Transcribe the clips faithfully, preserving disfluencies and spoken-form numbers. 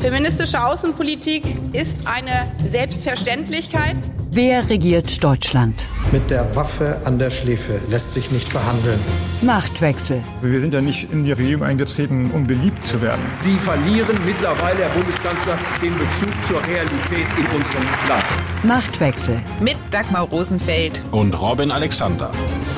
Feministische Außenpolitik ist eine Selbstverständlichkeit. Wer regiert Deutschland? Mit der Waffe an der Schläfe lässt sich nicht verhandeln. Machtwechsel. Wir sind ja nicht in die Regierung eingetreten, um beliebt zu werden. Sie verlieren mittlerweile, Herr Bundeskanzler, den Bezug zur Realität in unserem Land. Machtwechsel. Mit Dagmar Rosenfeld und Robin Alexander.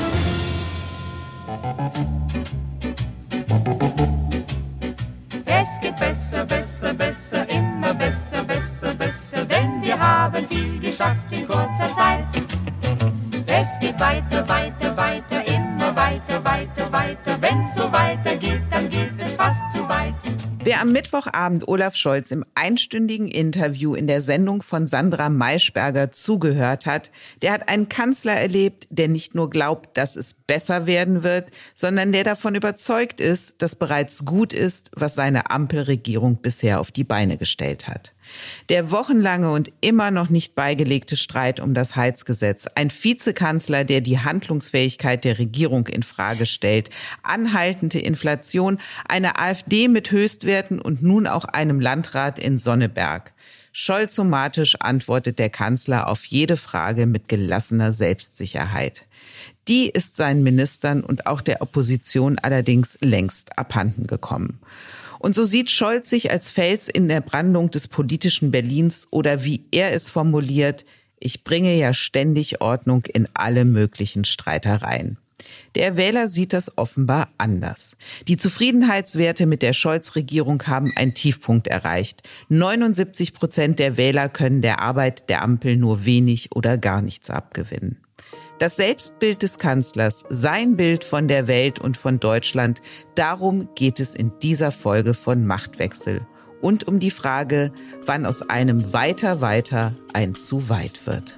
Es geht besser, besser, besser, immer besser, besser, besser, denn wir haben viel geschafft in kurzer Zeit. Es geht weiter, weiter, weiter, immer weiter, weiter, weiter. Wenn's so weitergeht, dann geht es fast zu weit. Wer am Mittwochabend Olaf Scholz im einstündigen Interview in der Sendung von Sandra Maischberger zugehört hat, der hat einen Kanzler erlebt, der nicht nur glaubt, dass es besser werden wird, sondern der davon überzeugt ist, dass bereits gut ist, was seine Ampelregierung bisher auf die Beine gestellt hat. Der wochenlange und immer noch nicht beigelegte Streit um das Heizgesetz, ein Vizekanzler, der die Handlungsfähigkeit der Regierung in Frage stellt, anhaltende Inflation, eine AfD mit Höchstwerten und nun auch einem Landrat in Sonneberg. Scholzomatisch antwortet der Kanzler auf jede Frage mit gelassener Selbstsicherheit. Die ist seinen Ministern und auch der Opposition allerdings längst abhanden gekommen. Und so sieht Scholz sich als Fels in der Brandung des politischen Berlins oder wie er es formuliert, ich bringe ja ständig Ordnung in alle möglichen Streitereien. Der Wähler sieht das offenbar anders. Die Zufriedenheitswerte mit der Scholz-Regierung haben einen Tiefpunkt erreicht. neunundsiebzig Prozent der Wähler können der Arbeit der Ampel nur wenig oder gar nichts abgewinnen. Das Selbstbild des Kanzlers, sein Bild von der Welt und von Deutschland, darum geht es in dieser Folge von Machtwechsel. Und um die Frage, wann aus einem weiter, weiter ein zu weit wird.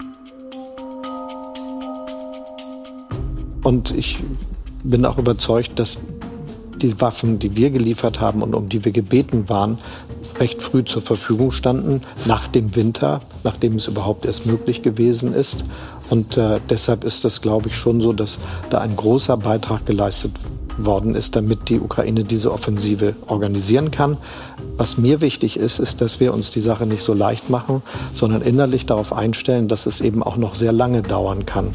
Und ich bin auch überzeugt, dass die Waffen, die wir geliefert haben und um die wir gebeten waren, recht früh zur Verfügung standen, nach dem Winter, nachdem es überhaupt erst möglich gewesen ist. Und äh, deshalb ist das, glaube ich, schon so, dass da ein großer Beitrag geleistet worden ist, damit die Ukraine diese Offensive organisieren kann. Was mir wichtig ist, ist, dass wir uns die Sache nicht so leicht machen, sondern innerlich darauf einstellen, dass es eben auch noch sehr lange dauern kann.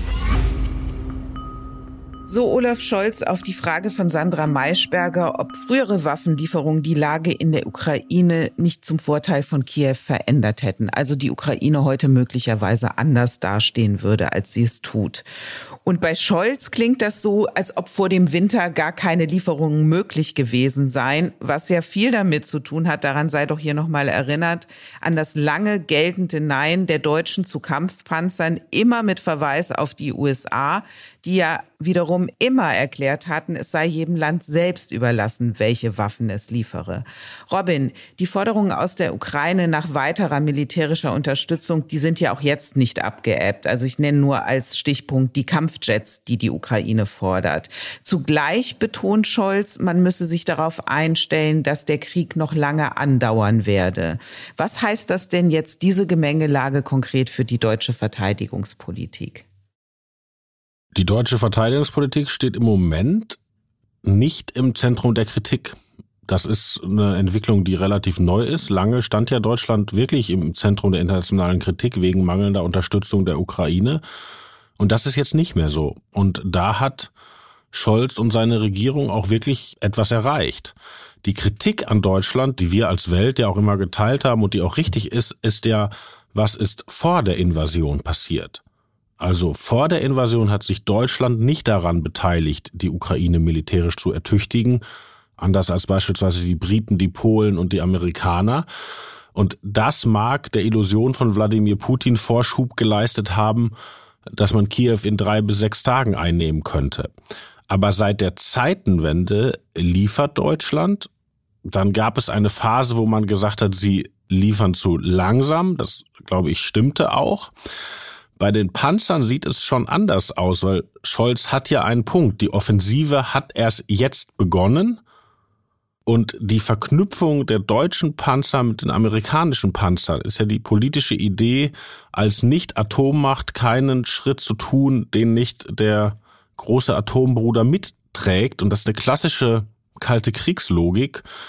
So Olaf Scholz auf die Frage von Sandra Maischberger, ob frühere Waffenlieferungen die Lage in der Ukraine nicht zum Vorteil von Kiew verändert hätten. Also die Ukraine heute möglicherweise anders dastehen würde, als sie es tut. Und bei Scholz klingt das so, als ob vor dem Winter gar keine Lieferungen möglich gewesen seien, was ja viel damit zu tun hat, daran sei doch hier nochmal erinnert, an das lange geltende Nein der Deutschen zu Kampfpanzern, immer mit Verweis auf die U S A, die ja wiederum immer erklärt hatten, es sei jedem Land selbst überlassen, welche Waffen es liefere. Robin, die Forderungen aus der Ukraine nach weiterer militärischer Unterstützung, die sind ja auch jetzt nicht abgeebbt. Also ich nenne nur als Stichpunkt die Kampfjets, die die Ukraine fordert. Zugleich betont Scholz, man müsse sich darauf einstellen, dass der Krieg noch lange andauern werde. Was heißt das denn jetzt, diese Gemengelage konkret für die deutsche Verteidigungspolitik? Die deutsche Verteidigungspolitik steht im Moment nicht im Zentrum der Kritik. Das ist eine Entwicklung, die relativ neu ist. Lange stand ja Deutschland wirklich im Zentrum der internationalen Kritik wegen mangelnder Unterstützung der Ukraine. Und das ist jetzt nicht mehr so. Und da hat Scholz und seine Regierung auch wirklich etwas erreicht. Die Kritik an Deutschland, die wir als Welt ja auch immer geteilt haben und die auch richtig ist, ist ja, was ist vor der Invasion passiert? Also vor der Invasion hat sich Deutschland nicht daran beteiligt, die Ukraine militärisch zu ertüchtigen, anders als beispielsweise die Briten, die Polen und die Amerikaner. Und das mag der Illusion von Wladimir Putin Vorschub geleistet haben, dass man Kiew in drei bis sechs Tagen einnehmen könnte. Aber seit der Zeitenwende liefert Deutschland. Dann gab es eine Phase, wo man gesagt hat, sie liefern zu langsam. Das, glaube ich, stimmte auch. Bei den Panzern sieht es schon anders aus, weil Scholz hat ja einen Punkt. Die Offensive hat erst jetzt begonnen und die Verknüpfung der deutschen Panzer mit den amerikanischen Panzern ist ja die politische Idee, als Nicht-Atommacht keinen Schritt zu tun, den nicht der große Atombruder mitträgt. Und das ist eine klassische kalte Kriegslogik,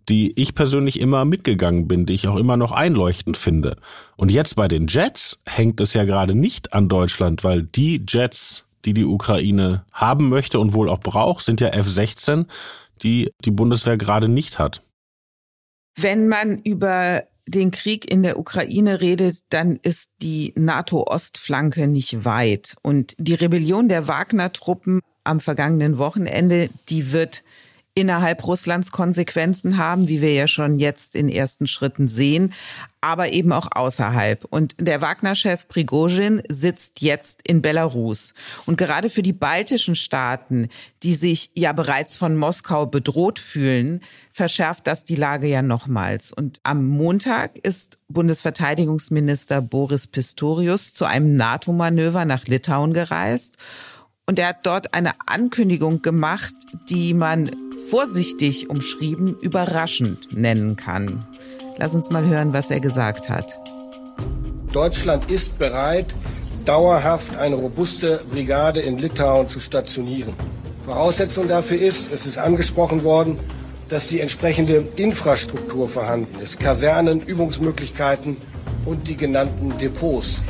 die ich persönlich immer mitgegangen bin, die ich auch immer noch einleuchtend finde. Und jetzt bei den Jets hängt es ja gerade nicht an Deutschland, weil die Jets, die die Ukraine haben möchte und wohl auch braucht, sind ja F sechzehn, die die Bundeswehr gerade nicht hat. Wenn man über den Krieg in der Ukraine redet, dann ist die NATO-Ostflanke nicht weit. Und die Rebellion der Wagner-Truppen am vergangenen Wochenende, die wird innerhalb Russlands Konsequenzen haben, wie wir ja schon jetzt in ersten Schritten sehen, aber eben auch außerhalb. Und der Wagner-Chef Prigozhin sitzt jetzt in Belarus. Und gerade für die baltischen Staaten, die sich ja bereits von Moskau bedroht fühlen, verschärft das die Lage ja nochmals. Und am Montag ist Bundesverteidigungsminister Boris Pistorius zu einem NATO-Manöver nach Litauen gereist. Und er hat dort eine Ankündigung gemacht, die man vorsichtig umschrieben überraschend nennen kann. Lass uns mal hören, was er gesagt hat. Deutschland ist bereit, dauerhaft eine robuste Brigade in Litauen zu stationieren. Voraussetzung dafür ist, es ist angesprochen worden, dass die entsprechende Infrastruktur vorhanden ist. Kasernen, Übungsmöglichkeiten und die genannten Depots.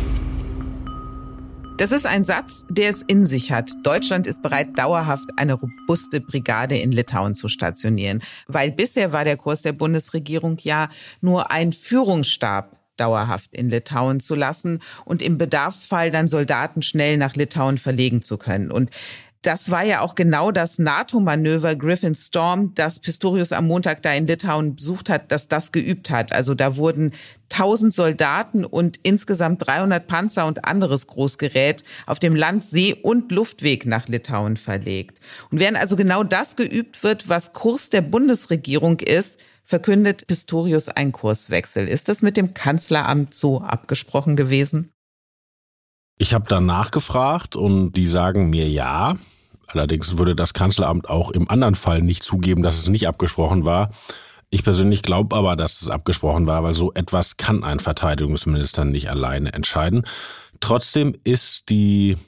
Das ist ein Satz, der es in sich hat. Deutschland ist bereit, dauerhaft eine robuste Brigade in Litauen zu stationieren. Weil bisher war der Kurs der Bundesregierung ja nur ein Führungsstab dauerhaft in Litauen zu lassen und im Bedarfsfall dann Soldaten schnell nach Litauen verlegen zu können. Und das war ja auch genau das NATO-Manöver Griffin Storm, das Pistorius am Montag da in Litauen besucht hat, dass das geübt hat. Also da wurden tausend Soldaten und insgesamt dreihundert Panzer und anderes Großgerät auf dem Land-, See- und Luftweg nach Litauen verlegt. Und während also genau das geübt wird, was Kurs der Bundesregierung ist, verkündet Pistorius einen Kurswechsel. Ist das mit dem Kanzleramt so abgesprochen gewesen? Ich habe da nachgefragt und die sagen mir ja. Allerdings würde das Kanzleramt auch im anderen Fall nicht zugeben, dass es nicht abgesprochen war. Ich persönlich glaube aber, dass es abgesprochen war, weil so etwas kann ein Verteidigungsminister nicht alleine entscheiden. Trotzdem ist die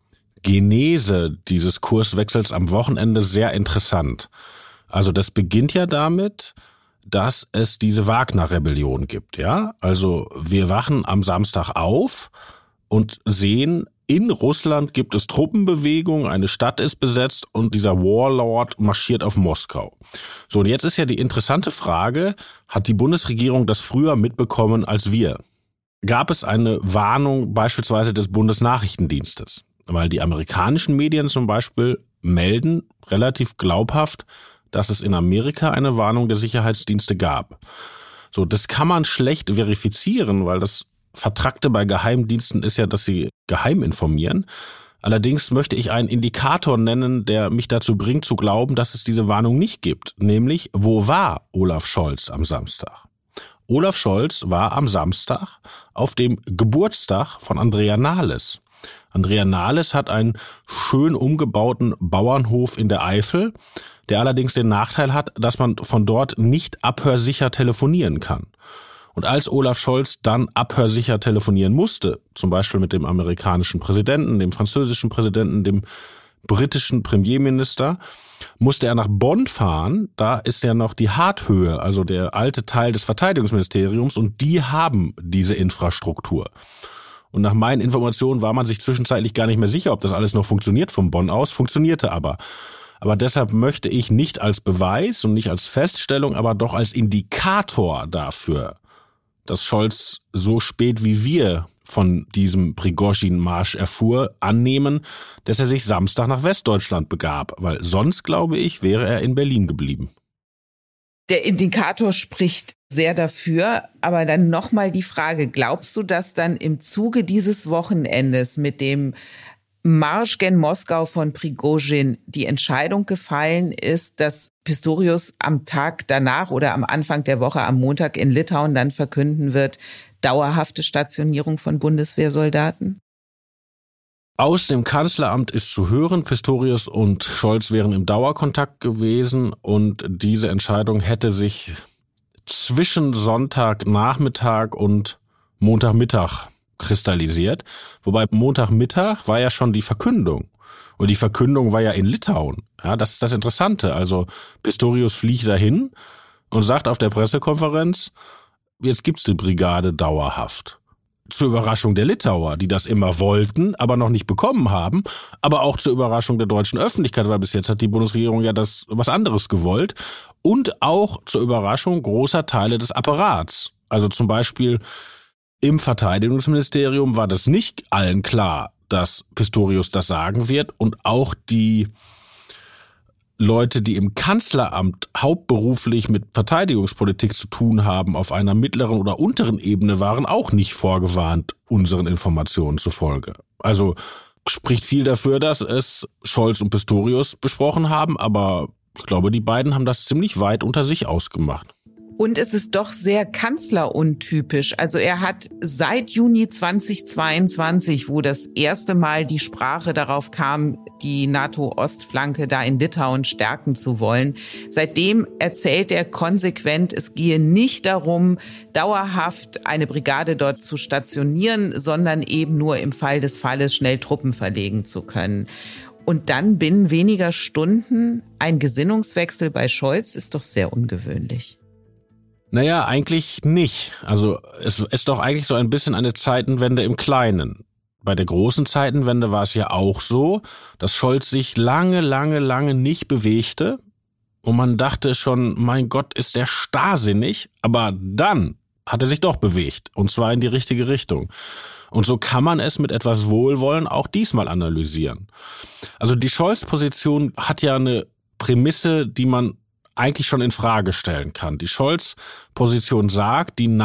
Genese dieses Kurswechsels am Wochenende sehr interessant. Also das beginnt ja damit, dass es diese Wagner-Rebellion gibt, ja? Also wir wachen am Samstag auf und sehen, in Russland gibt es Truppenbewegung, eine Stadt ist besetzt und dieser Warlord marschiert auf Moskau. So, und jetzt ist ja die interessante Frage, hat die Bundesregierung das früher mitbekommen als wir? Gab es eine Warnung beispielsweise des Bundesnachrichtendienstes? Weil die amerikanischen Medien zum Beispiel melden relativ glaubhaft, dass es in Amerika eine Warnung der Sicherheitsdienste gab. So, das kann man schlecht verifizieren, weil das Vertrackte bei Geheimdiensten ist ja, dass sie geheim informieren. Allerdings möchte ich einen Indikator nennen, der mich dazu bringt zu glauben, dass es diese Warnung nicht gibt. Nämlich, wo war Olaf Scholz am Samstag? Olaf Scholz war am Samstag auf dem Geburtstag von Andrea Nahles. Andrea Nahles hat einen schön umgebauten Bauernhof in der Eifel, der allerdings den Nachteil hat, dass man von dort nicht abhörsicher telefonieren kann. Und als Olaf Scholz dann abhörsicher telefonieren musste, zum Beispiel mit dem amerikanischen Präsidenten, dem französischen Präsidenten, dem britischen Premierminister, musste er nach Bonn fahren. Da ist ja noch die Harthöhe, also der alte Teil des Verteidigungsministeriums, und die haben diese Infrastruktur. Und nach meinen Informationen war man sich zwischenzeitlich gar nicht mehr sicher, ob das alles noch funktioniert von Bonn aus, funktionierte aber. Aber deshalb möchte ich nicht als Beweis und nicht als Feststellung, aber doch als Indikator dafür, dass Scholz so spät wie wir von diesem Prigozhin-Marsch erfuhr, annehmen, dass er sich Samstag nach Westdeutschland begab, weil sonst, glaube ich, wäre er in Berlin geblieben. Der Indikator spricht sehr dafür, aber dann nochmal die Frage, glaubst du, dass dann im Zuge dieses Wochenendes mit dem Marsch gen Moskau von Prigozhin die Entscheidung gefallen ist, dass Pistorius am Tag danach oder am Anfang der Woche am Montag in Litauen dann verkünden wird, dauerhafte Stationierung von Bundeswehrsoldaten? Aus dem Kanzleramt ist zu hören, Pistorius und Scholz wären im Dauerkontakt gewesen und diese Entscheidung hätte sich zwischen Sonntagnachmittag und Montagmittag kristallisiert. Wobei Montagmittag war ja schon die Verkündung. Und die Verkündung war ja in Litauen. Ja, das ist das Interessante. Also Pistorius fliegt dahin und sagt auf der Pressekonferenz, jetzt gibt's die Brigade dauerhaft. Zur Überraschung der Litauer, die das immer wollten, aber noch nicht bekommen haben, aber auch zur Überraschung der deutschen Öffentlichkeit, weil bis jetzt hat die Bundesregierung ja das was anderes gewollt, und auch zur Überraschung großer Teile des Apparats. Also zum Beispiel im Verteidigungsministerium war das nicht allen klar, dass Pistorius das sagen wird, und auch die Leute, die im Kanzleramt hauptberuflich mit Verteidigungspolitik zu tun haben, auf einer mittleren oder unteren Ebene, waren auch nicht vorgewarnt, unseren Informationen zufolge. Also spricht viel dafür, dass es Scholz und Pistorius besprochen haben, aber ich glaube, die beiden haben das ziemlich weit unter sich ausgemacht. Und es ist doch sehr kanzleruntypisch. Also er hat seit Juni zweitausendzweiundzwanzig, wo das erste Mal die Sprache darauf kam, die NATO-Ostflanke da in Litauen stärken zu wollen, seitdem erzählt er konsequent, es gehe nicht darum, dauerhaft eine Brigade dort zu stationieren, sondern eben nur im Fall des Falles schnell Truppen verlegen zu können. Und dann binnen weniger Stunden ein Gesinnungswechsel bei Scholz ist doch sehr ungewöhnlich. Naja, eigentlich nicht. Also es ist doch eigentlich so ein bisschen eine Zeitenwende im Kleinen. Bei der großen Zeitenwende war es ja auch so, dass Scholz sich lange, lange, lange nicht bewegte. Und man dachte schon, mein Gott, ist der starrsinnig. Aber dann hat er sich doch bewegt. Und zwar in die richtige Richtung. Und so kann man es mit etwas Wohlwollen auch diesmal analysieren. Also die Scholz-Position hat ja eine Prämisse, die man eigentlich schon in Frage stellen kann. Die Scholz-Position sagt, die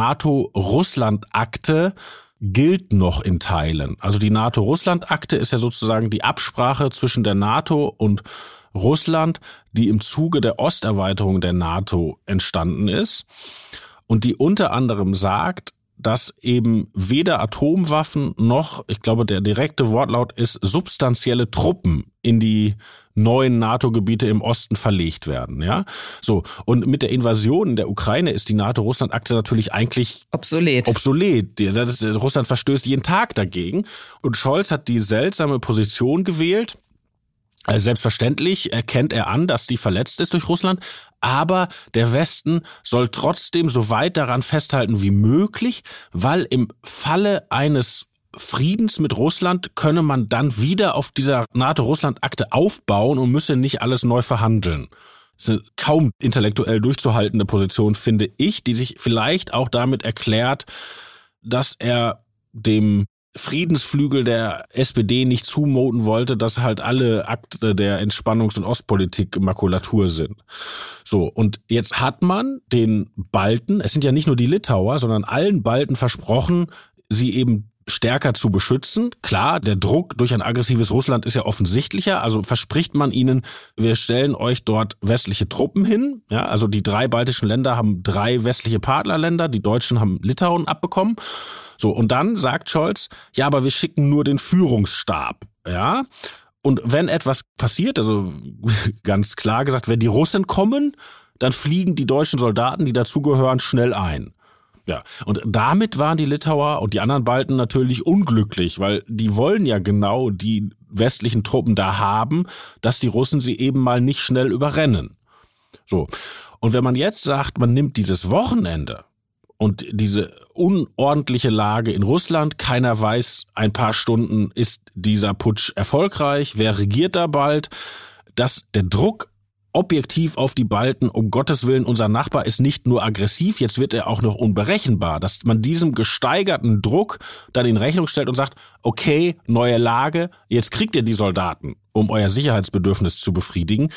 NATO-Russland-Akte gilt noch in Teilen. Also die NATO-Russland-Akte ist ja sozusagen die Absprache zwischen der NATO und Russland, die im Zuge der Osterweiterung der NATO entstanden ist und die unter anderem sagt, dass eben weder Atomwaffen noch, ich glaube, der direkte Wortlaut ist, substanzielle Truppen in die neuen NATO-Gebiete im Osten verlegt werden, ja. So. Und mit der Invasion in der Ukraine ist die NATO-Russland-Akte natürlich eigentlich obsolet. Obsolet. Das ist, Russland verstößt jeden Tag dagegen. Und Scholz hat die seltsame Position gewählt. Also selbstverständlich erkennt er an, dass die verletzt ist durch Russland, aber der Westen soll trotzdem so weit daran festhalten wie möglich, weil im Falle eines Friedens mit Russland könne man dann wieder auf dieser NATO-Russland-Akte aufbauen und müsse nicht alles neu verhandeln. Das ist eine kaum intellektuell durchzuhaltende Position, finde ich, die sich vielleicht auch damit erklärt, dass er dem Friedensflügel der S P D nicht zumuten wollte, dass halt alle Akte der Entspannungs- und Ostpolitik Makulatur sind. So, und jetzt hat man den Balten, es sind ja nicht nur die Litauer, sondern allen Balten versprochen, sie eben stärker zu beschützen. Klar, der Druck durch ein aggressives Russland ist ja offensichtlicher, also verspricht man ihnen, wir stellen euch dort westliche Truppen hin. Ja, also die drei baltischen Länder haben drei westliche Partnerländer, die Deutschen haben Litauen abbekommen. So, und dann sagt Scholz, ja, aber wir schicken nur den Führungsstab, ja. Und wenn etwas passiert, also ganz klar gesagt, wenn die Russen kommen, dann fliegen die deutschen Soldaten, die dazugehören, schnell ein. Ja, und damit waren die Litauer und die anderen Balten natürlich unglücklich, weil die wollen ja genau die westlichen Truppen da haben, dass die Russen sie eben mal nicht schnell überrennen. So, und wenn man jetzt sagt, man nimmt dieses Wochenende und diese unordentliche Lage in Russland, keiner weiß, ein paar Stunden ist dieser Putsch erfolgreich, wer regiert da bald, dass der Druck objektiv auf die Balten, um Gottes Willen, unser Nachbar ist nicht nur aggressiv, jetzt wird er auch noch unberechenbar, dass man diesem gesteigerten Druck dann in Rechnung stellt und sagt, okay, neue Lage, jetzt kriegt ihr die Soldaten, um euer Sicherheitsbedürfnis zu befriedigen.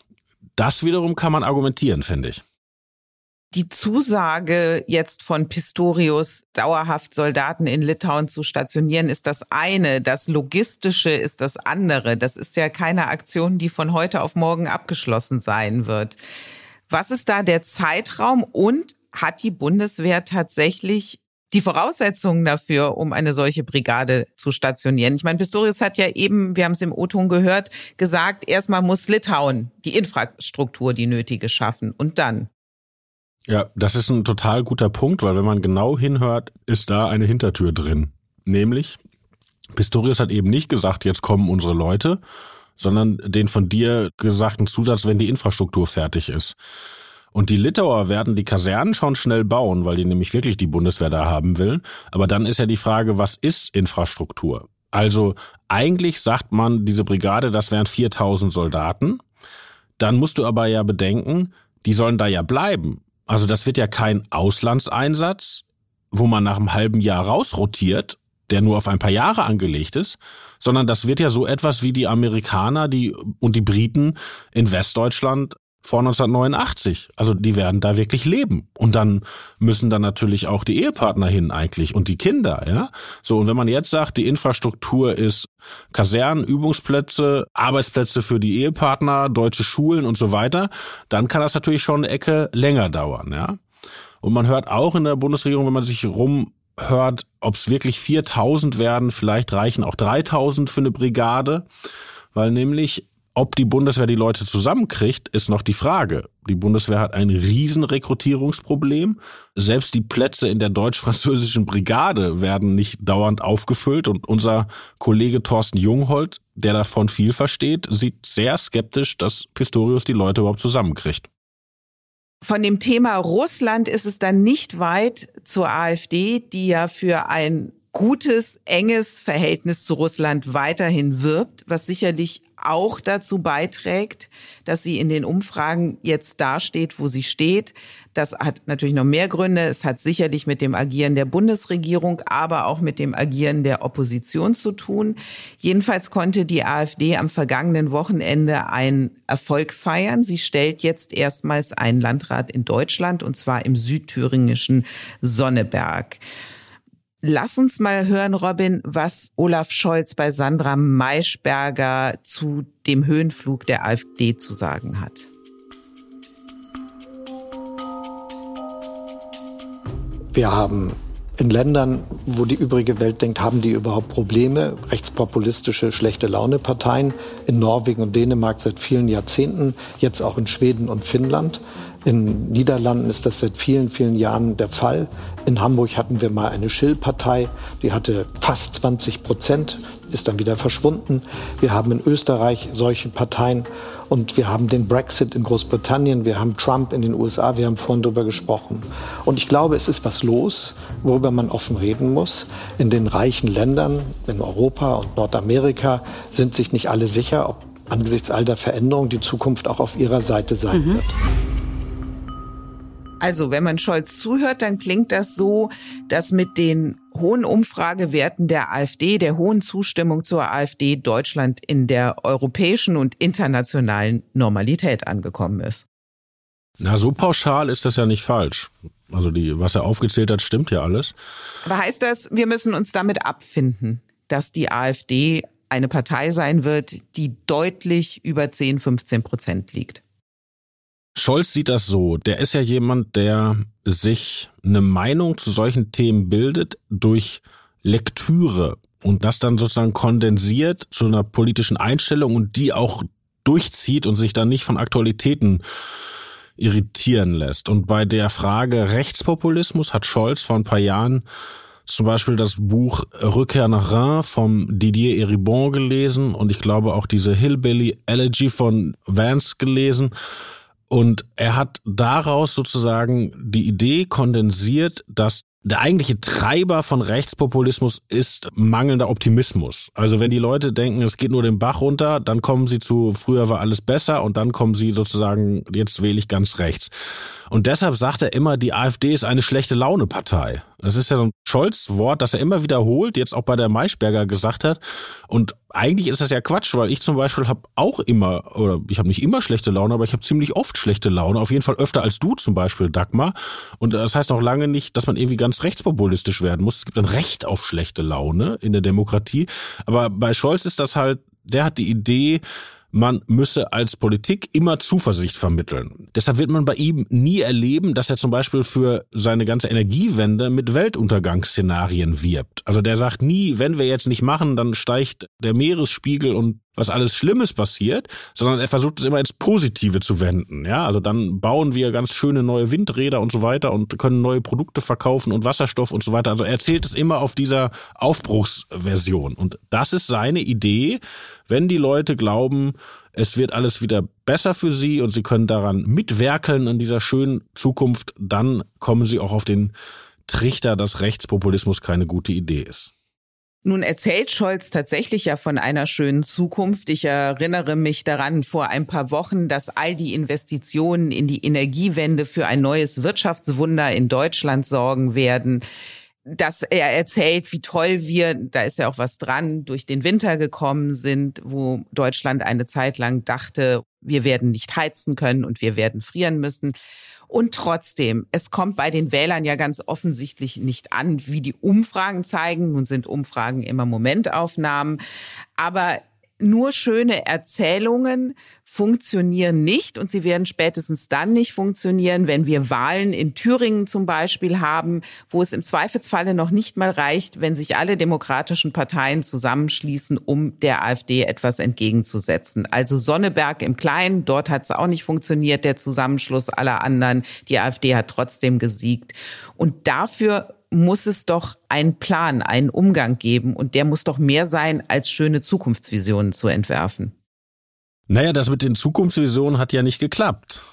Das wiederum kann man argumentieren, finde ich. Die Zusage jetzt von Pistorius, dauerhaft Soldaten in Litauen zu stationieren, ist das eine. Das Logistische ist das andere. Das ist ja keine Aktion, die von heute auf morgen abgeschlossen sein wird. Was ist da der Zeitraum und hat die Bundeswehr tatsächlich die Voraussetzungen dafür, um eine solche Brigade zu stationieren? Ich meine, Pistorius hat ja eben, wir haben es im O-Ton gehört, gesagt, erstmal muss Litauen die Infrastruktur, die nötige, schaffen und dann. Ja, das ist ein total guter Punkt, weil wenn man genau hinhört, ist da eine Hintertür drin. Nämlich, Pistorius hat eben nicht gesagt, jetzt kommen unsere Leute, sondern den von dir gesagten Zusatz, wenn die Infrastruktur fertig ist. Und die Litauer werden die Kasernen schon schnell bauen, weil die nämlich wirklich die Bundeswehr da haben will. Aber dann ist ja die Frage, was ist Infrastruktur? Also eigentlich sagt man, diese Brigade, das wären viertausend Soldaten. Dann musst du aber ja bedenken, die sollen da ja bleiben. Also das wird ja kein Auslandseinsatz, wo man nach einem halben Jahr rausrotiert, der nur auf ein paar Jahre angelegt ist, sondern das wird ja so etwas wie die Amerikaner die und die Briten in Westdeutschland vor neunzehnhundertneunundachtzig. Also die werden da wirklich leben. Und dann müssen dann natürlich auch die Ehepartner hin eigentlich und die Kinder, ja. So, und wenn man jetzt sagt, die Infrastruktur ist Kasernen, Übungsplätze, Arbeitsplätze für die Ehepartner, deutsche Schulen und so weiter, dann kann das natürlich schon eine Ecke länger dauern, ja. Und man hört auch in der Bundesregierung, wenn man sich rumhört, ob es wirklich viertausend werden, vielleicht reichen auch dreitausend für eine Brigade, weil nämlich ob die Bundeswehr die Leute zusammenkriegt, ist noch die Frage. Die Bundeswehr hat ein riesen Rekrutierungsproblem. Selbst die Plätze in der deutsch-französischen Brigade werden nicht dauernd aufgefüllt. Und unser Kollege Thorsten Jungholt, der davon viel versteht, sieht sehr skeptisch, dass Pistorius die Leute überhaupt zusammenkriegt. Von dem Thema Russland ist es dann nicht weit zur AfD, die ja für ein gutes, enges Verhältnis zu Russland weiterhin wirbt, was sicherlich auch dazu beiträgt, dass sie in den Umfragen jetzt dasteht, wo sie steht. Das hat natürlich noch mehr Gründe. Es hat sicherlich mit dem Agieren der Bundesregierung, aber auch mit dem Agieren der Opposition zu tun. Jedenfalls konnte die AfD am vergangenen Wochenende einen Erfolg feiern. Sie stellt jetzt erstmals einen Landrat in Deutschland, und zwar im südthüringischen Sonneberg. Lass uns mal hören, Robin, was Olaf Scholz bei Sandra Maischberger zu dem Höhenflug der AfD zu sagen hat. Wir haben in Ländern, wo die übrige Welt denkt, haben die überhaupt Probleme? Rechtspopulistische, schlechte Laune-Parteien. In Norwegen und Dänemark seit vielen Jahrzehnten, jetzt auch in Schweden und Finnland. In Niederlanden ist das seit vielen, vielen Jahren der Fall. In Hamburg hatten wir mal eine Schill-Partei, die hatte fast zwanzig Prozent, ist dann wieder verschwunden. Wir haben in Österreich solche Parteien und wir haben den Brexit in Großbritannien, wir haben Trump in den U S A, wir haben vorhin darüber gesprochen. Und ich glaube, es ist was los, worüber man offen reden muss. In den reichen Ländern, in Europa und Nordamerika, sind sich nicht alle sicher, ob angesichts all der Veränderungen die Zukunft auch auf ihrer Seite sein mhm. wird. Also, wenn man Scholz zuhört, dann klingt das so, dass mit den hohen Umfragewerten der AfD, der hohen Zustimmung zur AfD, Deutschland in der europäischen und internationalen Normalität angekommen ist. Na, so pauschal ist das ja nicht falsch. Also, die, was er aufgezählt hat, stimmt ja alles. Aber heißt das, wir müssen uns damit abfinden, dass die AfD eine Partei sein wird, die deutlich über zehn, fünfzehn Prozent liegt? Scholz sieht das so. Der ist ja jemand, der sich eine Meinung zu solchen Themen bildet durch Lektüre und das dann sozusagen kondensiert zu einer politischen Einstellung und die auch durchzieht und sich dann nicht von Aktualitäten irritieren lässt. Und bei der Frage Rechtspopulismus hat Scholz vor ein paar Jahren zum Beispiel das Buch Rückkehr nach Reims vom Didier Eribon gelesen und ich glaube auch diese Hillbilly Elegy von Vance gelesen. Und er hat daraus sozusagen die Idee kondensiert, dass der eigentliche Treiber von Rechtspopulismus ist mangelnder Optimismus. Also wenn die Leute denken, es geht nur den Bach runter, dann kommen sie zu, früher war alles besser und dann kommen sie sozusagen, jetzt wähle ich ganz rechts. Und deshalb sagt er immer, die AfD ist eine schlechte Laune-Partei. Das ist ja so ein Scholz-Wort, das er immer wiederholt, jetzt auch bei der Maischberger gesagt hat. Und eigentlich ist das ja Quatsch, weil ich zum Beispiel habe auch immer, oder ich habe nicht immer schlechte Laune, aber ich habe ziemlich oft schlechte Laune. Auf jeden Fall öfter als du zum Beispiel, Dagmar. Und das heißt noch lange nicht, dass man irgendwie ganz rechtspopulistisch werden muss. Es gibt ein Recht auf schlechte Laune in der Demokratie. Aber bei Scholz ist das halt, der hat die Idee, man müsse als Politik immer Zuversicht vermitteln. Deshalb wird man bei ihm nie erleben, dass er zum Beispiel für seine ganze Energiewende mit Weltuntergangsszenarien wirbt. Also der sagt nie, wenn wir jetzt nicht machen, dann steigt der Meeresspiegel und was alles Schlimmes passiert, sondern er versucht es immer ins Positive zu wenden. Ja, also dann bauen wir ganz schöne neue Windräder und so weiter und können neue Produkte verkaufen und Wasserstoff und so weiter. Also er erzählt es immer auf dieser Aufbruchsversion. Und das ist seine Idee, wenn die Leute glauben, es wird alles wieder besser für sie und sie können daran mitwerkeln in dieser schönen Zukunft, dann kommen sie auch auf den Trichter, dass Rechtspopulismus keine gute Idee ist. Nun erzählt Scholz tatsächlich ja von einer schönen Zukunft. Ich erinnere mich daran vor ein paar Wochen, dass all die Investitionen in die Energiewende für ein neues Wirtschaftswunder in Deutschland sorgen werden. Dass er erzählt, wie toll wir, da ist ja auch was dran, durch den Winter gekommen sind, wo Deutschland eine Zeit lang dachte, wir werden nicht heizen können und wir werden frieren müssen. Und trotzdem, es kommt bei den Wählern ja ganz offensichtlich nicht an, wie die Umfragen zeigen. Nun sind Umfragen immer Momentaufnahmen, aber nur schöne Erzählungen funktionieren nicht und sie werden spätestens dann nicht funktionieren, wenn wir Wahlen in Thüringen zum Beispiel haben, wo es im Zweifelsfalle noch nicht mal reicht, wenn sich alle demokratischen Parteien zusammenschließen, um der AfD etwas entgegenzusetzen. Also Sonneberg im Kleinen, dort hat es auch nicht funktioniert, der Zusammenschluss aller anderen. Die AfD hat trotzdem gesiegt. Und dafür muss es doch einen Plan, einen Umgang geben und der muss doch mehr sein, als schöne Zukunftsvisionen zu entwerfen. Naja, das mit den Zukunftsvisionen hat ja nicht geklappt,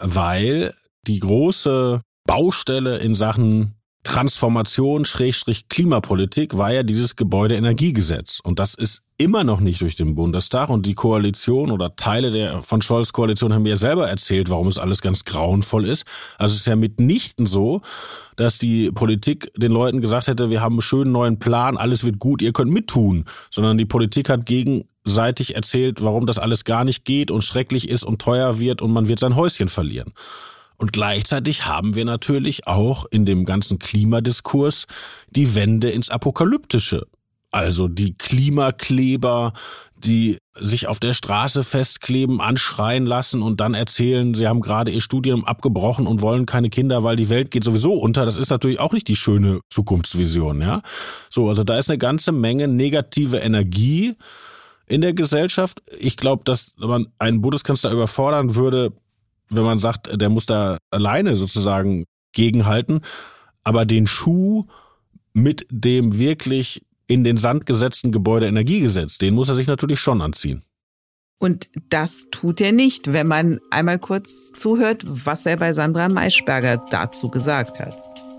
weil die große Baustelle in Sachen Transformation, Schrägstrich Klimapolitik war ja dieses Gebäudeenergiegesetz. Und das ist immer noch nicht durch den Bundestag. Und die Koalition oder Teile der von Scholz Koalition haben mir ja selber erzählt, warum es alles ganz grauenvoll ist. Also es ist ja mitnichten so, dass die Politik den Leuten gesagt hätte, wir haben einen schönen neuen Plan, alles wird gut, ihr könnt mittun. Sondern die Politik hat gegenseitig erzählt, warum das alles gar nicht geht und schrecklich ist und teuer wird und man wird sein Häuschen verlieren. Und gleichzeitig haben wir natürlich auch in dem ganzen Klimadiskurs die Wende ins Apokalyptische. Also die Klimakleber, die sich auf der Straße festkleben, anschreien lassen und dann erzählen, sie haben gerade ihr Studium abgebrochen und wollen keine Kinder, weil die Welt geht sowieso unter. Das ist natürlich auch nicht die schöne Zukunftsvision, ja. So, also da ist eine ganze Menge negative Energie in der Gesellschaft. Ich glaube, dass man einen Bundeskanzler überfordern würde, wenn man sagt, der muss da alleine sozusagen gegenhalten. Aber den Schuh mit dem wirklich in den Sand gesetzten Gebäudeenergiegesetz, den muss er sich natürlich schon anziehen. Und das tut er nicht, wenn man einmal kurz zuhört, was er bei Sandra Maischberger dazu gesagt hat.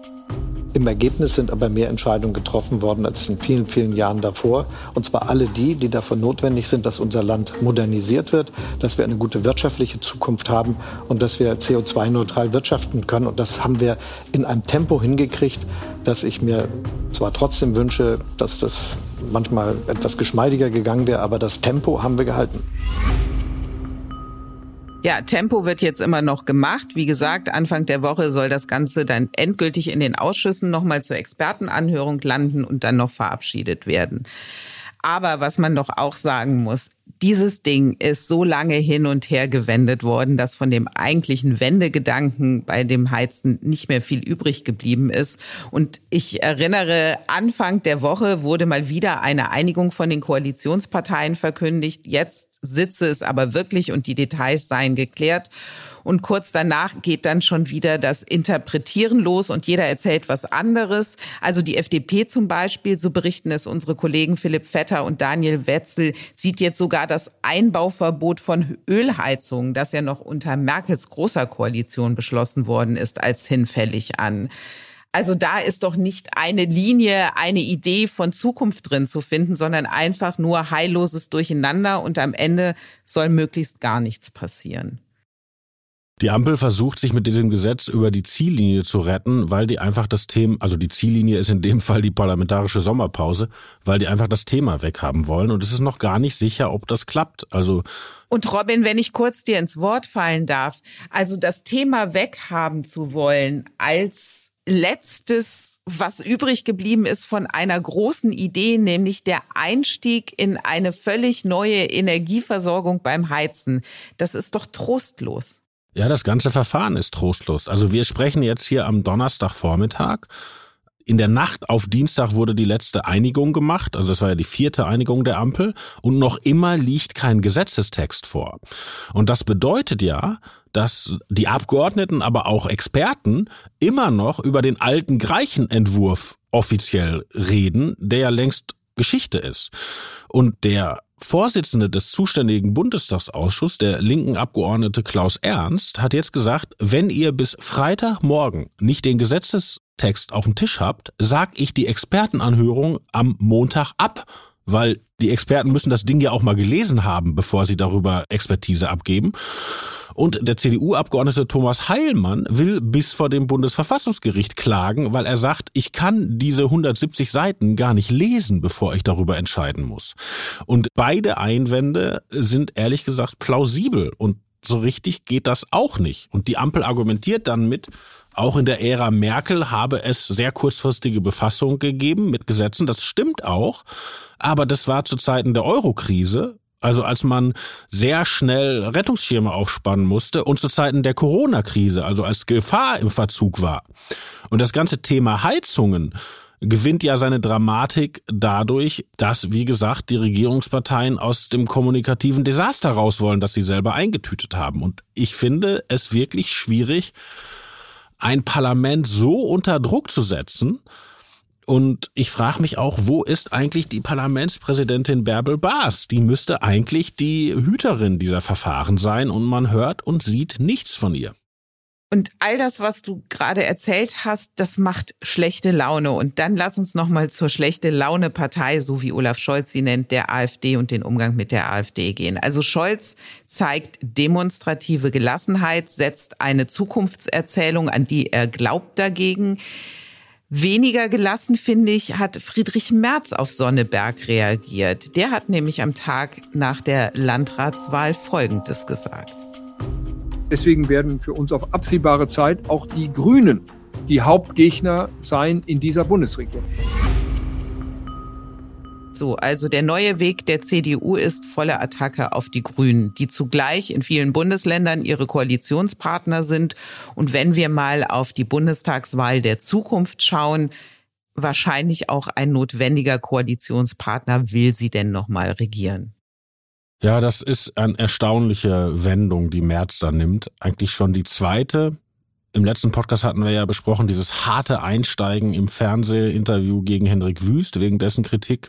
Im Ergebnis sind aber mehr Entscheidungen getroffen worden als in vielen, vielen Jahren davor. Und zwar alle die, die davon notwendig sind, dass unser Land modernisiert wird, dass wir eine gute wirtschaftliche Zukunft haben und dass wir C O zwei neutral wirtschaften können. Und das haben wir in einem Tempo hingekriegt, dass ich mir zwar trotzdem wünsche, dass das manchmal etwas geschmeidiger gegangen wäre, aber das Tempo haben wir gehalten. Ja, Tempo wird jetzt immer noch gemacht. Wie gesagt, Anfang der Woche soll das Ganze dann endgültig in den Ausschüssen nochmal zur Expertenanhörung landen und dann noch verabschiedet werden. Aber was man doch auch sagen muss, dieses Ding ist so lange hin und her gewendet worden, dass von dem eigentlichen Wendegedanken bei dem Heizen nicht mehr viel übrig geblieben ist. Und ich erinnere, Anfang der Woche wurde mal wieder eine Einigung von den Koalitionsparteien verkündigt. Jetzt sitze es aber wirklich und die Details seien geklärt. Und kurz danach geht dann schon wieder das Interpretieren los und jeder erzählt was anderes. Also die F D P zum Beispiel, so berichten es unsere Kollegen Philipp Vetter und Daniel Wetzel, sieht jetzt sogar das Einbauverbot von Ölheizungen, das ja noch unter Merkels großer Koalition beschlossen worden ist, als hinfällig an. Also da ist doch nicht eine Linie, eine Idee von Zukunft drin zu finden, sondern einfach nur heilloses Durcheinander und am Ende soll möglichst gar nichts passieren. Die Ampel versucht, sich mit diesem Gesetz über die Ziellinie zu retten, weil die einfach das Thema, also die Ziellinie ist in dem Fall die parlamentarische Sommerpause, weil die einfach das Thema weghaben wollen. Und es ist noch gar nicht sicher, ob das klappt. Also Und Robin, wenn ich kurz dir ins Wort fallen darf, also das Thema weghaben zu wollen als letztes, was übrig geblieben ist von einer großen Idee, nämlich der Einstieg in eine völlig neue Energieversorgung beim Heizen, das ist doch trostlos. Ja, das ganze Verfahren ist trostlos. Also wir sprechen jetzt hier am Donnerstagvormittag. In der Nacht auf Dienstag wurde die letzte Einigung gemacht, also das war ja die vierte Einigung der Ampel, und noch immer liegt kein Gesetzestext vor. Und das bedeutet ja, dass die Abgeordneten, aber auch Experten immer noch über den alten Greichen-Entwurf offiziell reden, der ja längst Geschichte ist. Und der Vorsitzende des zuständigen Bundestagsausschusses, der linken Abgeordnete Klaus Ernst, hat jetzt gesagt, wenn ihr bis Freitagmorgen nicht den Gesetzestext auf dem Tisch habt, sag ich die Expertenanhörung am Montag ab, weil die Experten müssen das Ding ja auch mal gelesen haben, bevor sie darüber Expertise abgeben. Und der C D U-Abgeordnete Thomas Heilmann will bis vor dem Bundesverfassungsgericht klagen, weil er sagt, ich kann diese hundertsiebzig Seiten gar nicht lesen, bevor ich darüber entscheiden muss. Und beide Einwände sind ehrlich gesagt plausibel und so richtig geht das auch nicht. Und die Ampel argumentiert dann mit, auch in der Ära Merkel habe es sehr kurzfristige Befassung gegeben mit Gesetzen. Das stimmt auch, aber das war zu Zeiten der Euro-Krise, also als man sehr schnell Rettungsschirme aufspannen musste und zu Zeiten der Corona-Krise, also als Gefahr im Verzug war. Und das ganze Thema Heizungen gewinnt ja seine Dramatik dadurch, dass, wie gesagt, die Regierungsparteien aus dem kommunikativen Desaster raus wollen, das sie selber eingetütet haben. Und ich finde es wirklich schwierig, ein Parlament so unter Druck zu setzen. Und ich frage mich auch, wo ist eigentlich die Parlamentspräsidentin Bärbel Baas? Die müsste eigentlich die Hüterin dieser Verfahren sein und man hört und sieht nichts von ihr. Und all das, was du gerade erzählt hast, das macht schlechte Laune. Und dann lass uns noch mal zur schlechte Laune Partei, so wie Olaf Scholz sie nennt, der AfD und den Umgang mit der AfD gehen. Also Scholz zeigt demonstrative Gelassenheit, setzt eine Zukunftserzählung, an die er glaubt, dagegen. Weniger gelassen, finde ich, hat Friedrich Merz auf Sonneberg reagiert. Der hat nämlich am Tag nach der Landratswahl Folgendes gesagt. Deswegen werden für uns auf absehbare Zeit auch die Grünen die Hauptgegner sein in dieser Bundesregierung. So, also der neue Weg der C D U ist volle Attacke auf die Grünen, die zugleich in vielen Bundesländern ihre Koalitionspartner sind. Und wenn wir mal auf die Bundestagswahl der Zukunft schauen, wahrscheinlich auch ein notwendiger Koalitionspartner, will sie denn noch mal regieren? Ja, das ist eine erstaunliche Wendung, die Merz da nimmt. Eigentlich schon die zweite. Im letzten Podcast hatten wir ja besprochen, dieses harte Einsteigen im Fernsehinterview gegen Hendrik Wüst, wegen dessen Kritik,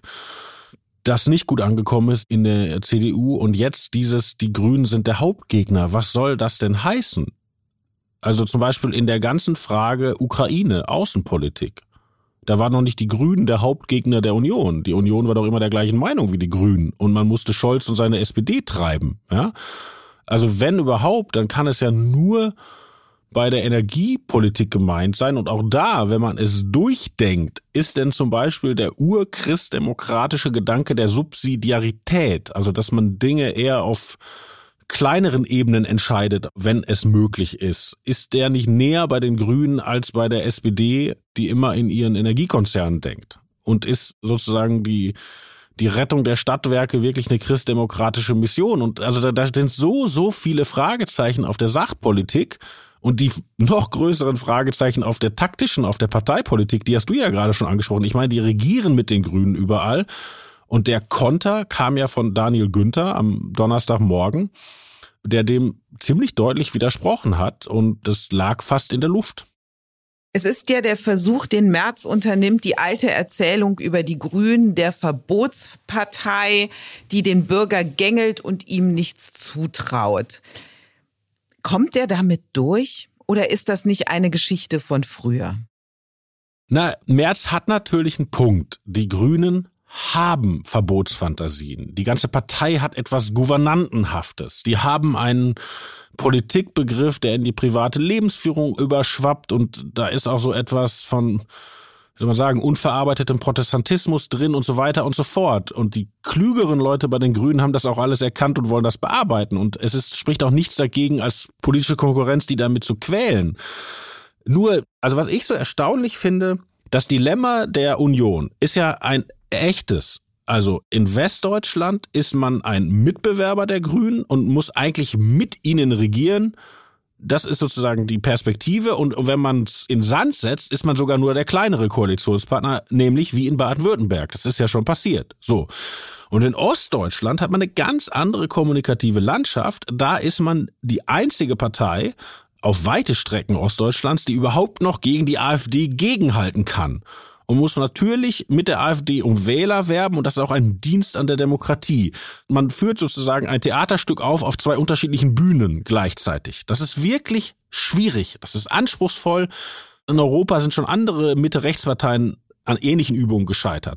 das nicht gut angekommen ist in der C D U. Und jetzt dieses, die Grünen sind der Hauptgegner. Was soll das denn heißen? Also zum Beispiel in der ganzen Frage Ukraine, Außenpolitik. Da waren noch nicht die Grünen der Hauptgegner der Union. Die Union war doch immer der gleichen Meinung wie die Grünen. Und man musste Scholz und seine S P D treiben. Ja? Also wenn überhaupt, dann kann es ja nur bei der Energiepolitik gemeint sein. Und auch da, wenn man es durchdenkt, ist denn zum Beispiel der urchristdemokratische Gedanke der Subsidiarität, also dass man Dinge eher auf kleineren Ebenen entscheidet, wenn es möglich ist. Ist der nicht näher bei den Grünen als bei der S P D, die immer in ihren Energiekonzernen denkt? Und ist sozusagen die die Rettung der Stadtwerke wirklich eine christdemokratische Mission? Und also da, da sind so, so viele Fragezeichen auf der Sachpolitik und die noch größeren Fragezeichen auf der taktischen, auf der Parteipolitik, die hast du ja gerade schon angesprochen. Ich meine, die regieren mit den Grünen überall. Und der Konter kam ja von Daniel Günther am Donnerstagmorgen, der dem ziemlich deutlich widersprochen hat. Und das lag fast in der Luft. Es ist ja der Versuch, den Merz unternimmt, die alte Erzählung über die Grünen, der Verbotspartei, die den Bürger gängelt und ihm nichts zutraut. Kommt der damit durch oder ist das nicht eine Geschichte von früher? Na, Merz hat natürlich einen Punkt. Die Grünen haben Verbotsfantasien. Die ganze Partei hat etwas Gouvernantenhaftes. Die haben einen Politikbegriff, der in die private Lebensführung überschwappt und da ist auch so etwas von, wie soll man sagen, unverarbeitetem Protestantismus drin und so weiter und so fort. Und die klügeren Leute bei den Grünen haben das auch alles erkannt und wollen das bearbeiten. Und es ist, spricht auch nichts dagegen, als politische Konkurrenz die damit zu quälen. Nur, also was ich so erstaunlich finde, das Dilemma der Union ist ja ein echtes. Also in Westdeutschland ist man ein Mitbewerber der Grünen und muss eigentlich mit ihnen regieren, Das ist sozusagen die Perspektive und wenn man es in Sand setzt, ist man sogar nur der kleinere Koalitionspartner, nämlich wie in Baden-Württemberg. Das ist ja schon passiert. So. Und in Ostdeutschland hat man eine ganz andere kommunikative Landschaft. Da ist man die einzige Partei auf weite Strecken Ostdeutschlands, die überhaupt noch gegen die AfD gegenhalten kann. Und muss natürlich mit der AfD um Wähler werben und das ist auch ein Dienst an der Demokratie. Man führt sozusagen ein Theaterstück auf auf zwei unterschiedlichen Bühnen gleichzeitig. Das ist wirklich schwierig, das ist anspruchsvoll. In Europa sind schon andere Mitte-Rechts-Parteien an ähnlichen Übungen gescheitert.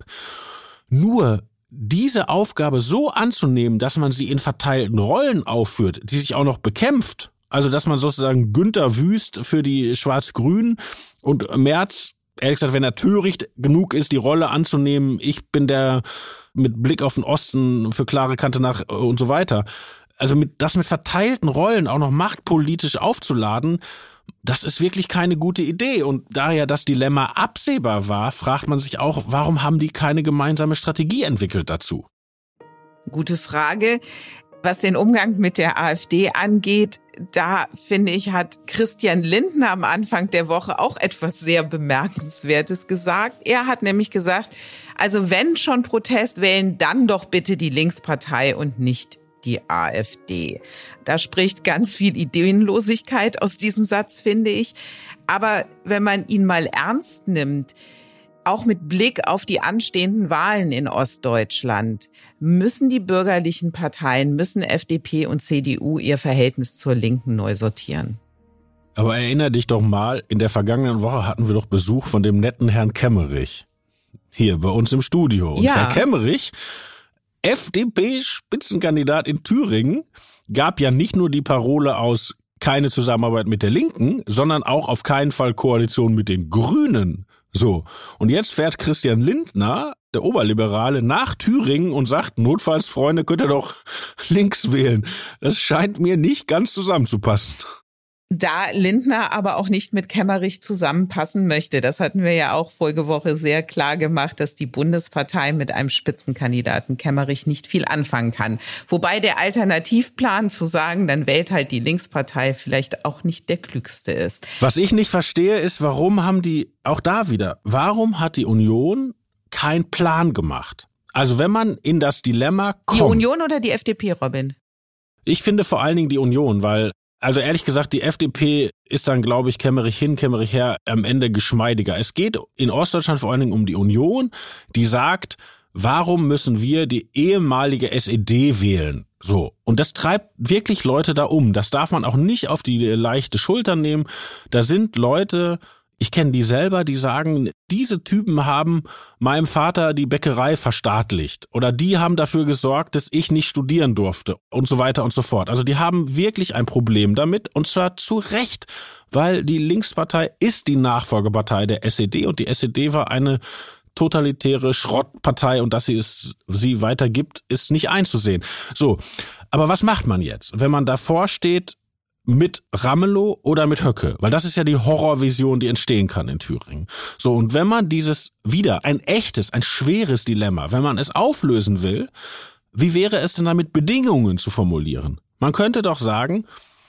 Nur diese Aufgabe so anzunehmen, dass man sie in verteilten Rollen aufführt, die sich auch noch bekämpft, also dass man sozusagen Günter Wüst für die Schwarz-Grünen und Merz, ehrlich gesagt, wenn er töricht genug ist, die Rolle anzunehmen, ich bin der mit Blick auf den Osten für klare Kante nach und so weiter. Also mit das mit verteilten Rollen auch noch machtpolitisch aufzuladen, das ist wirklich keine gute Idee. Und da ja das Dilemma absehbar war, fragt man sich auch, warum haben die keine gemeinsame Strategie entwickelt dazu? Gute Frage. Was den Umgang mit der AfD angeht, da finde ich, hat Christian Lindner am Anfang der Woche auch etwas sehr Bemerkenswertes gesagt. Er hat nämlich gesagt, also wenn schon Protest wählen, dann doch bitte die Linkspartei und nicht die AfD. Da spricht ganz viel Ideenlosigkeit aus diesem Satz, finde ich. Aber wenn man ihn mal ernst nimmt, auch mit Blick auf die anstehenden Wahlen in Ostdeutschland, müssen die bürgerlichen Parteien, müssen F D P und C D U ihr Verhältnis zur Linken neu sortieren. Aber erinnere dich doch mal, in der vergangenen Woche hatten wir doch Besuch von dem netten Herrn Kemmerich. Hier bei uns im Studio. Und ja. Herr Kemmerich, F D P-Spitzenkandidat in Thüringen, gab ja nicht nur die Parole aus keine Zusammenarbeit mit der Linken, sondern auch auf keinen Fall Koalition mit den Grünen. So, und jetzt fährt Christian Lindner, der Oberliberale, nach Thüringen und sagt, notfalls, Freunde, könnt ihr doch links wählen. Das scheint mir nicht ganz zusammenzupassen. Da Lindner aber auch nicht mit Kemmerich zusammenpassen möchte, das hatten wir ja auch vorige Woche sehr klar gemacht, dass die Bundespartei mit einem Spitzenkandidaten Kemmerich nicht viel anfangen kann. Wobei der Alternativplan zu sagen, dann wählt halt die Linkspartei, vielleicht auch nicht der klügste ist. Was ich nicht verstehe, ist, warum haben die, auch da wieder, warum hat die Union keinen Plan gemacht? Also wenn man in das Dilemma kommt. Die Union oder die F D P, Robin? Ich finde vor allen Dingen die Union, weil Also ehrlich gesagt, die F D P ist dann, glaube ich, Kemmerich hin, Kemmerich her, am Ende geschmeidiger. Es geht in Ostdeutschland vor allen Dingen um die Union, die sagt, warum müssen wir die ehemalige S E D wählen? So. Und das treibt wirklich Leute da um. Das darf man auch nicht auf die leichte Schulter nehmen. Da sind Leute, ich kenne die selber, die sagen, diese Typen haben meinem Vater die Bäckerei verstaatlicht oder die haben dafür gesorgt, dass ich nicht studieren durfte und so weiter und so fort. Also die haben wirklich ein Problem damit und zwar zu Recht, weil die Linkspartei ist die Nachfolgepartei der S E D und die S E D war eine totalitäre Schrottpartei und dass sie es sie weitergibt, ist nicht einzusehen. So, aber was macht man jetzt, wenn man davor steht, mit Ramelow oder mit Höcke? Weil das ist ja die Horrorvision, die entstehen kann in Thüringen. So, und wenn man dieses wieder, ein echtes, ein schweres Dilemma, wenn man es auflösen will, wie wäre es denn damit, Bedingungen zu formulieren? Man könnte doch sagen,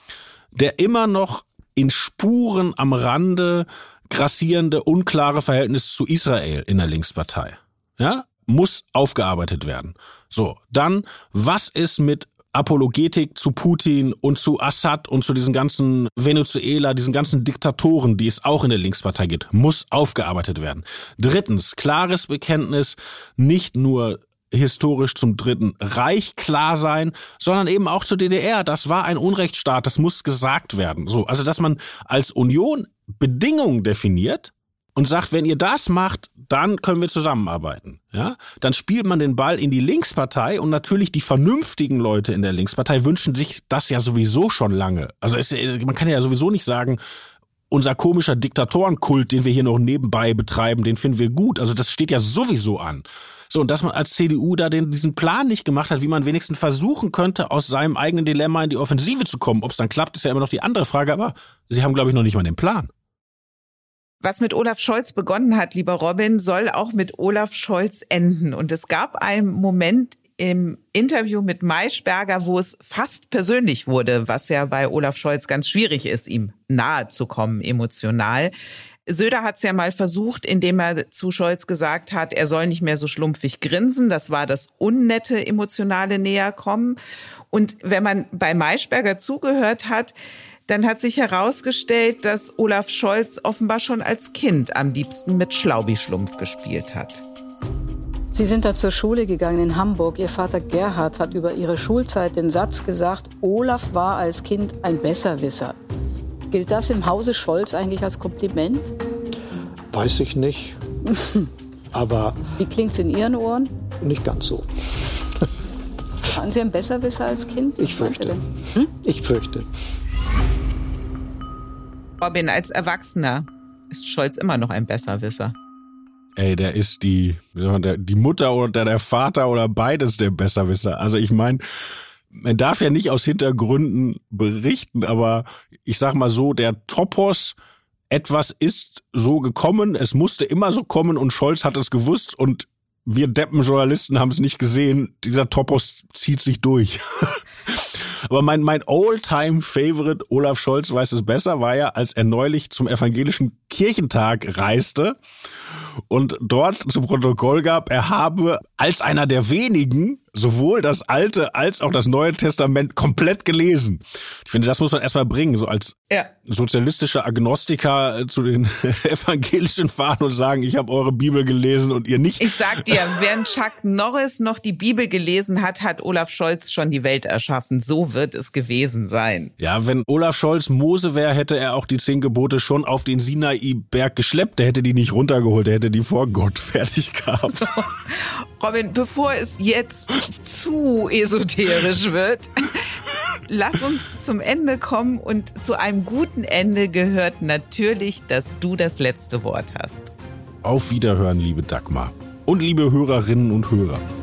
der immer noch in Spuren am Rande grassierende, unklare Verhältnis zu Israel in der Linkspartei, ja, muss aufgearbeitet werden. So, dann, was ist mit Apologetik zu Putin und zu Assad und zu diesen ganzen Venezuela, diesen ganzen Diktatoren, die es auch in der Linkspartei gibt, muss aufgearbeitet werden. Drittens, klares Bekenntnis, nicht nur historisch zum Dritten Reich klar sein, sondern eben auch zur D D R. Das war ein Unrechtsstaat, das muss gesagt werden. So, also dass man als Union Bedingungen definiert und sagt, wenn ihr das macht, dann können wir zusammenarbeiten. Ja, dann spielt man den Ball in die Linkspartei und natürlich die vernünftigen Leute in der Linkspartei wünschen sich das ja sowieso schon lange. Also es, man kann ja sowieso nicht sagen, unser komischer Diktatorenkult, den wir hier noch nebenbei betreiben, den finden wir gut. Also das steht ja sowieso an. So, und dass man als C D U da den, diesen Plan nicht gemacht hat, wie man wenigstens versuchen könnte, aus seinem eigenen Dilemma in die Offensive zu kommen. Ob es dann klappt, ist ja immer noch die andere Frage, aber sie haben, glaube ich, noch nicht mal den Plan. Was mit Olaf Scholz begonnen hat, lieber Robin, soll auch mit Olaf Scholz enden. Und es gab einen Moment im Interview mit Maischberger, wo es fast persönlich wurde, was ja bei Olaf Scholz ganz schwierig ist, ihm nahe zu kommen emotional. Söder hat es ja mal versucht, indem er zu Scholz gesagt hat, er soll nicht mehr so schlumpfig grinsen. Das war das unnette emotionale Näherkommen. Und wenn man bei Maischberger zugehört hat, dann hat sich herausgestellt, dass Olaf Scholz offenbar schon als Kind am liebsten mit Schlaubi-Schlumpf gespielt hat. Sie sind da zur Schule gegangen in Hamburg. Ihr Vater Gerhard hat über Ihre Schulzeit den Satz gesagt, Olaf war als Kind ein Besserwisser. Gilt das im Hause Scholz eigentlich als Kompliment? Weiß ich nicht, aber... Wie klingt's in Ihren Ohren? Nicht ganz so. Waren Sie ein Besserwisser als Kind? Ich fürchte. Hm? Ich fürchte. Robin, als Erwachsener ist Scholz immer noch ein Besserwisser. Ey, der ist die, wie soll man, der, die Mutter oder der Vater oder beides der Besserwisser. Also ich meine, man darf ja nicht aus Hintergründen berichten, aber ich sag mal so, der Topos, etwas ist so gekommen, es musste immer so kommen und Scholz hat es gewusst und wir Deppen-Journalisten haben es nicht gesehen. Dieser Topos zieht sich durch. Aber mein, mein All-Time-Favorite, Olaf Scholz weiß es besser, war ja, als er neulich zum Evangelischen Kirchentag reiste und dort zu Protokoll gab, er habe als einer der wenigen sowohl das Alte als auch das Neue Testament komplett gelesen. Ich finde, das muss man erstmal bringen, so als ja. sozialistischer Agnostiker zu den Evangelischen fahren und sagen, ich habe eure Bibel gelesen und ihr nicht. Ich sag dir, während Chuck Norris noch die Bibel gelesen hat, hat Olaf Scholz schon die Welt erschaffen. So wird es gewesen sein. Ja, wenn Olaf Scholz Mose wäre, hätte er auch die zehn Gebote schon auf den Sinai-Berg geschleppt. Der hätte die nicht runtergeholt, der hätte die vor Gott fertig gehabt. So. Robin, bevor es jetzt zu esoterisch wird, lass uns zum Ende kommen und zu einem guten Ende gehört natürlich, dass du das letzte Wort hast. Auf Wiederhören, liebe Dagmar und liebe Hörerinnen und Hörer.